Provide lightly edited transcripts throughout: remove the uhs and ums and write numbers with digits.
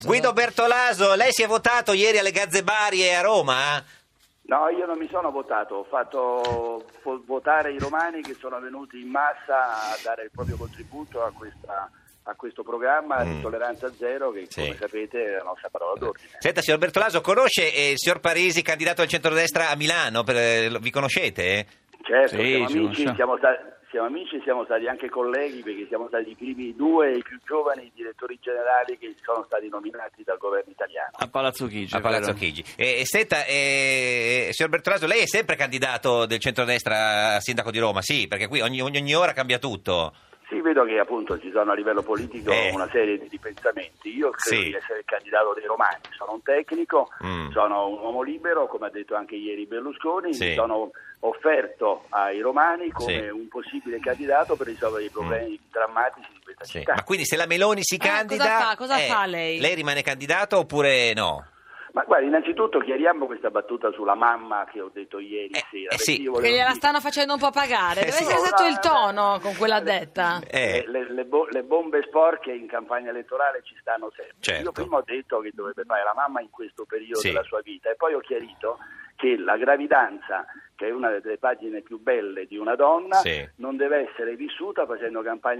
Guido Bertolaso, lei si è votato ieri alle Gazzebarie a Roma? No, io non mi sono votato, ho fatto votare i romani che sono venuti in massa a dare il proprio contributo a questo programma di tolleranza zero che, come sapete, è la nostra parola d'ordine. Senta, signor Bertolaso, conosce il signor Parisi, candidato al centrodestra a Milano? Vi conoscete? Certo, Sì, siamo amici, siamo stati anche colleghi perché siamo stati i primi due, i più giovani direttori generali che sono stati nominati dal governo italiano. A Palazzo Chigi. Senta, signor Bertolaso, lei è sempre candidato del centrodestra a sindaco di Roma? Sì, perché qui ogni ora cambia tutto. Sì, vedo che appunto ci sono a livello politico una serie di pensamenti. Io credo di essere il candidato dei romani, sono un tecnico, sono un uomo libero, come ha detto anche ieri Berlusconi, mi sono offerto ai romani come un possibile candidato per risolvere i problemi drammatici di questa città. Ma quindi se la Meloni si candida, cosa fa lei? Lei rimane candidato oppure no? Ma guarda, innanzitutto chiariamo questa battuta sulla mamma che ho detto ieri sera. Che gliela stanno facendo un po' pagare. Deve essere stato il tono con quella detta. Le bombe sporche in campagna elettorale ci stanno sempre. Certo. Io prima ho detto che dovrebbe fare la mamma in questo periodo della sua vita e poi ho chiarito che la gravidanza, che è una delle pagine più belle di una donna, non deve essere vissuta facendo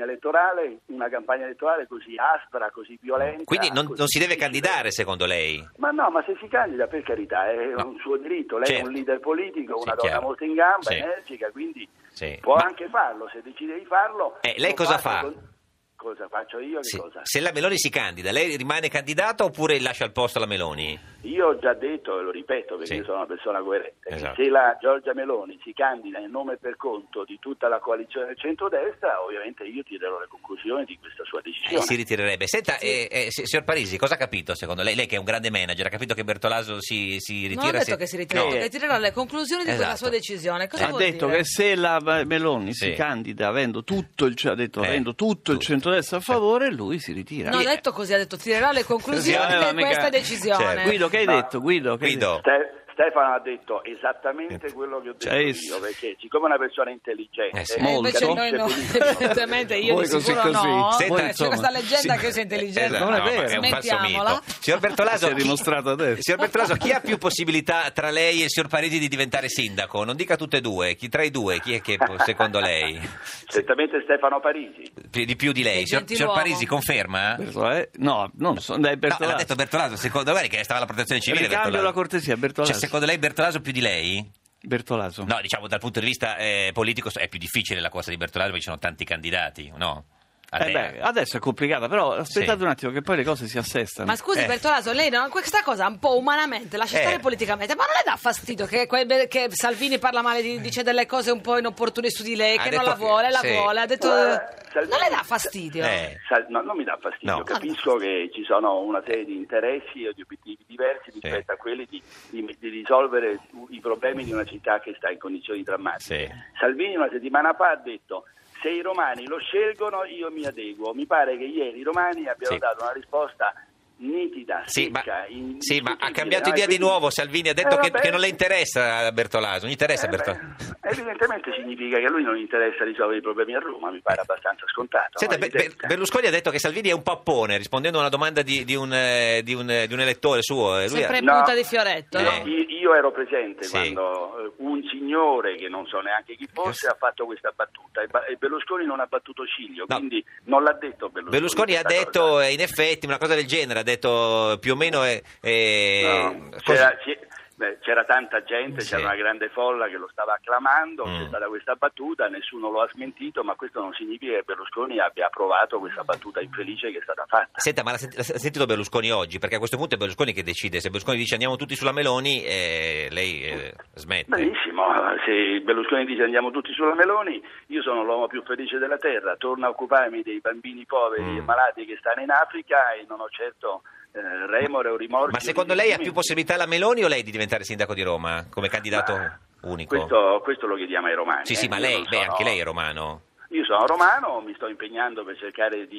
una campagna elettorale così aspra, così violenta. Quindi non si deve candidare, secondo lei? Ma no, ma se si candida, per carità, è un suo diritto. Lei è un leader politico, una donna molto in gamba, energica, quindi può anche farlo, se decide di farlo. Lei cosa fa? Cosa faccio io? Cosa? Se la Meloni si candida, lei rimane candidato oppure lascia il posto alla Meloni? Io ho già detto e lo ripeto perché io sono una persona coerente, esatto. Se la Giorgia Meloni si candida in nome e per conto di tutta la coalizione del centrodestra, ovviamente io tirerò le conclusioni di questa sua decisione. Si ritirerebbe. Senta, signor Parisi, cosa ha capito secondo lei? Lei che è un grande manager, ha capito che Bertolaso si ritira? Non ho detto che si ritira, che tirerà le conclusioni di questa sua decisione. Cosa ha detto dire? che se la Meloni si candida avendo tutto il centrodestra a favore, lui si ritira. Non ha detto così, ha detto tirerà le conclusioni di questa decisione. Guido, che hai detto? Guido. Stefano ha detto esattamente quello che ho detto io, perché siccome è una persona intelligente, invece noi no, evidentemente io di sicuro no. Senta, c'è questa leggenda che sei intelligente, non è vero, è un falso mito. Signor Bertolaso, si è dimostrato adesso. Signor Bertolaso, chi ha più possibilità tra lei e il signor Parisi di diventare sindaco? Non dica tutte e due, chi tra i due, chi è che secondo lei? Certamente Stefano Parisi. Di più di lei. Signor Parisi, conferma? No, non so. Bertolaso. No, ha detto Bertolaso, secondo me che stava alla protezione civile. Ricambio la cortesia, Bertolaso. Secondo lei Bertolaso più di lei? Bertolaso? No, diciamo dal punto di vista politico è più difficile la cosa di Bertolaso perché ci sono tanti candidati, no? Adesso è complicata, però aspettate un attimo che poi le cose si assestano. Ma scusi Bertolaso, lei questa cosa un po' umanamente, lascia stare politicamente, ma non le dà fastidio che Salvini parla male, dice delle cose un po' inopportune su di lei, che non la vuole, ha detto... non le dà fastidio? No, non mi dà fastidio, capisco che ci sono una serie di interessi e di obiettivi diversi rispetto a quelli di risolvere i problemi di una città che sta in condizioni drammatiche. Salvini una settimana fa ha detto: se i romani lo scelgono io mi adeguo. Mi pare che ieri i romani abbiano dato una risposta nitida, secca. Ma ha cambiato idea di nuovo. Salvini ha detto che non le interessa a Bertolaso. Non gli interessa Bertolaso. Evidentemente significa che a lui non interessa risolvere i problemi a Roma, mi pare abbastanza scontato. Senta, Berlusconi ha detto che Salvini è un pappone, rispondendo a una domanda di un elettore suo. Sempre in punta di fioretto. Io ero presente quando un signore, che non so neanche chi fosse, ha fatto questa battuta e Berlusconi non ha battuto ciglio, quindi non l'ha detto Berlusconi. Berlusconi ha detto in effetti una cosa del genere, ha detto più o meno c'era tanta gente, c'era una grande folla che lo stava acclamando, c'è stata questa battuta, nessuno lo ha smentito, ma questo non significa che Berlusconi abbia approvato questa battuta infelice che è stata fatta. Senta, ma l'ha sentito Berlusconi oggi? Perché a questo punto è Berlusconi che decide. Se Berlusconi dice andiamo tutti sulla Meloni, lei smette. Benissimo, se Berlusconi dice andiamo tutti sulla Meloni, io sono l'uomo più felice della terra, torno a occuparmi dei bambini poveri e malati che stanno in Africa e non ho certo remore o rimorsi. Ma secondo lei ha più possibilità la Meloni o lei di diventare sindaco di Roma come candidato unico? Questo lo chiediamo ai romani. Sì, ma lei, anche lei è romano. Io sono romano, mi sto impegnando per cercare di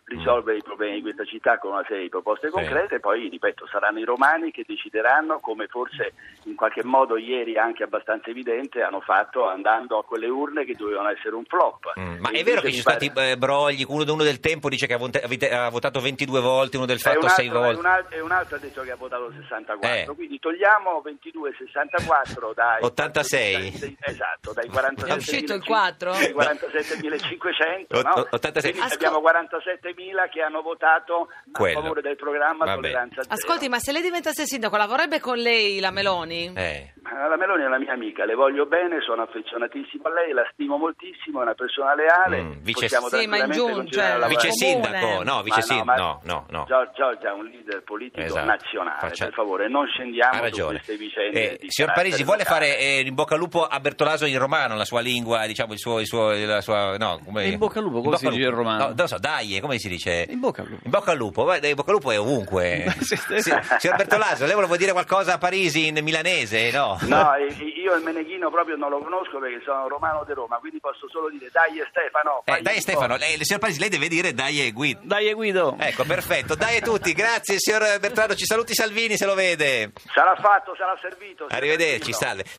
risolvere i problemi di questa città con una serie di proposte concrete, e poi, ripeto, saranno i romani che decideranno, come forse in qualche modo ieri anche abbastanza evidente hanno fatto andando a quelle urne che dovevano essere un flop. Ma è vero che ci sono stati brogli, uno del Tempo dice che ha votato 22 volte, uno del Fatto 6 volte. E un altro ha detto che ha votato 64, quindi togliamo 22 e 64 dai 86. Esatto, dai 47.500. È uscito il 4? 47.500, no? 86. Quindi abbiamo 47.000 che hanno votato a favore del programma Tolleranza Zero. Ascolti, ma se lei diventasse sindaco, la vorrebbe con lei la Meloni? La Meloni è una mia amica, le voglio bene, sono affezionatissimo a lei, la stimo moltissimo, è una persona leale. Possiamo tranquillamente continuare a lavorare. Vice sindaco, no, vice sindaco, no. Giorgia è un leader politico nazionale, per favore, non scendiamo su queste vicende. Signor Parisi, vuole fare in bocca al lupo a Bertolaso in romano, la sua lingua, diciamo la sua... No, in bocca al lupo, come si dice in romano? No, non lo so, dai, come si dice? In bocca al lupo. In bocca al lupo, in bocca al lupo è ovunque. Signor Bertolaso, lei vuole dire qualcosa a Parisi in milanese, no? No, io il Meneghino proprio non lo conosco perché sono romano di Roma, quindi posso solo dire dai Stefano. Dai Stefano, signor Parisi, lei deve dire dai Guido. Dai Guido. Ecco, perfetto, dai a tutti, grazie signor Bertolaso, ci saluti Salvini se lo vede. Sarà fatto, sarà servito. Arrivederci, salve.